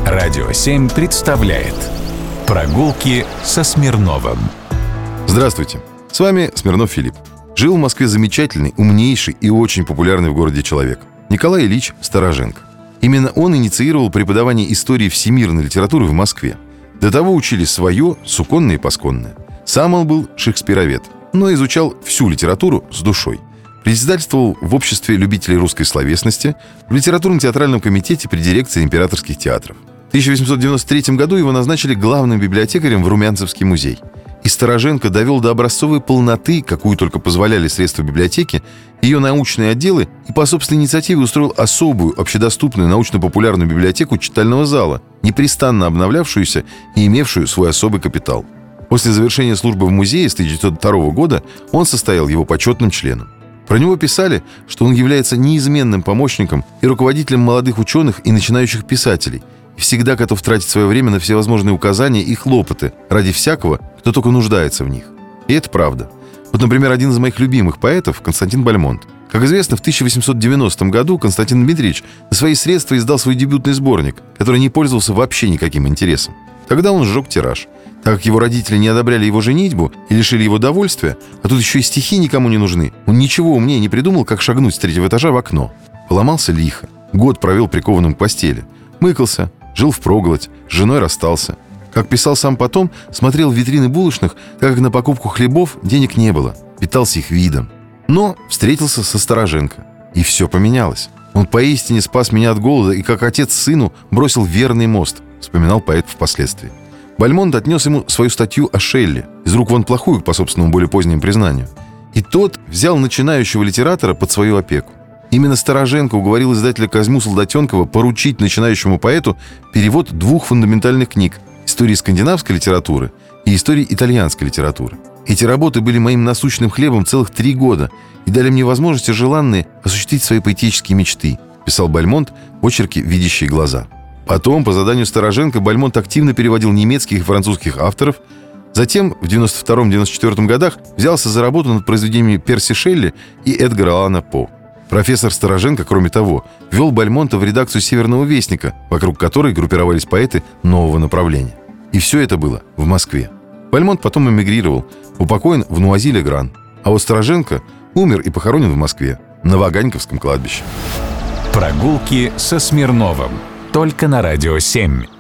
Радио 7 представляет «Прогулки со Смирновым». Здравствуйте, с вами Смирнов Филипп. Жил в Москве замечательный, умнейший и очень популярный в городе человек – Николай Ильич Староженко. Именно он инициировал преподавание истории всемирной литературы в Москве. До того учили свое, суконное и пасконное. Сам он был шекспировед, но изучал всю литературу с душой. Председательствовал в обществе любителей русской словесности, в литературно-театральном комитете при дирекции императорских театров. В 1893 году его назначили главным библиотекарем в Румянцевский музей. И Староженко довел до образцовой полноты, какую только позволяли средства библиотеки, ее научные отделы и по собственной инициативе устроил особую, общедоступную научно-популярную библиотеку читального зала, непрестанно обновлявшуюся и имевшую свой особый капитал. После завершения службы в музее с 1902 года он состоял его почетным членом. Про него писали, что он является неизменным помощником и руководителем молодых ученых и начинающих писателей, и всегда готов тратить свое время на всевозможные указания и хлопоты ради всякого, кто только нуждается в них. И это правда. Вот, например, один из моих любимых поэтов – Константин Бальмонт. Как известно, в 1890 году Константин Дмитриевич на свои средства издал свой дебютный сборник, который не пользовался вообще никаким интересом. Тогда он сжег тираж. Так как его родители не одобряли его женитьбу и лишили его довольствия, а тут еще и стихи никому не нужны, он ничего умнее не придумал, как шагнуть с 3-го этажа в окно. Поломался лихо. Год провел прикованным к постели. Мыкался, жил впроголодь, с женой расстался. Как писал сам потом, смотрел в витрины булочных, так как на покупку хлебов денег не было. Питался их видом. Но встретился со Староженко. И все поменялось. Он поистине спас меня от голода и как отец сыну бросил верный мост, вспоминал поэт впоследствии. Бальмонт отнес ему свою статью о Шелле, из рук вон плохую, по собственному более позднему признанию. И тот взял начинающего литератора под свою опеку. Именно Староженко уговорил издателя Козьму Солдатенкова поручить начинающему поэту перевод 2 фундаментальных книг – истории скандинавской литературы и истории итальянской литературы. Эти работы были моим насущным хлебом целых 3 года и дали мне возможности желанные осуществить свои поэтические мечты, писал Бальмонт в очерке «Видящие глаза». Потом, по заданию Староженко, Бальмонт активно переводил немецких и французских авторов. Затем, в 1992-1994 годах, взялся за работу над произведениями Перси Шелли и Эдгара Аллана По. Профессор Староженко, кроме того, ввел Бальмонта в редакцию «Северного вестника», вокруг которой группировались поэты нового направления. И все это было в Москве. Бальмонт потом эмигрировал, упокоен в Нуази-ле-Гран. А вот Староженко умер и похоронен в Москве, на Ваганьковском кладбище. Прогулки со Смирновым. Только на Радио 7.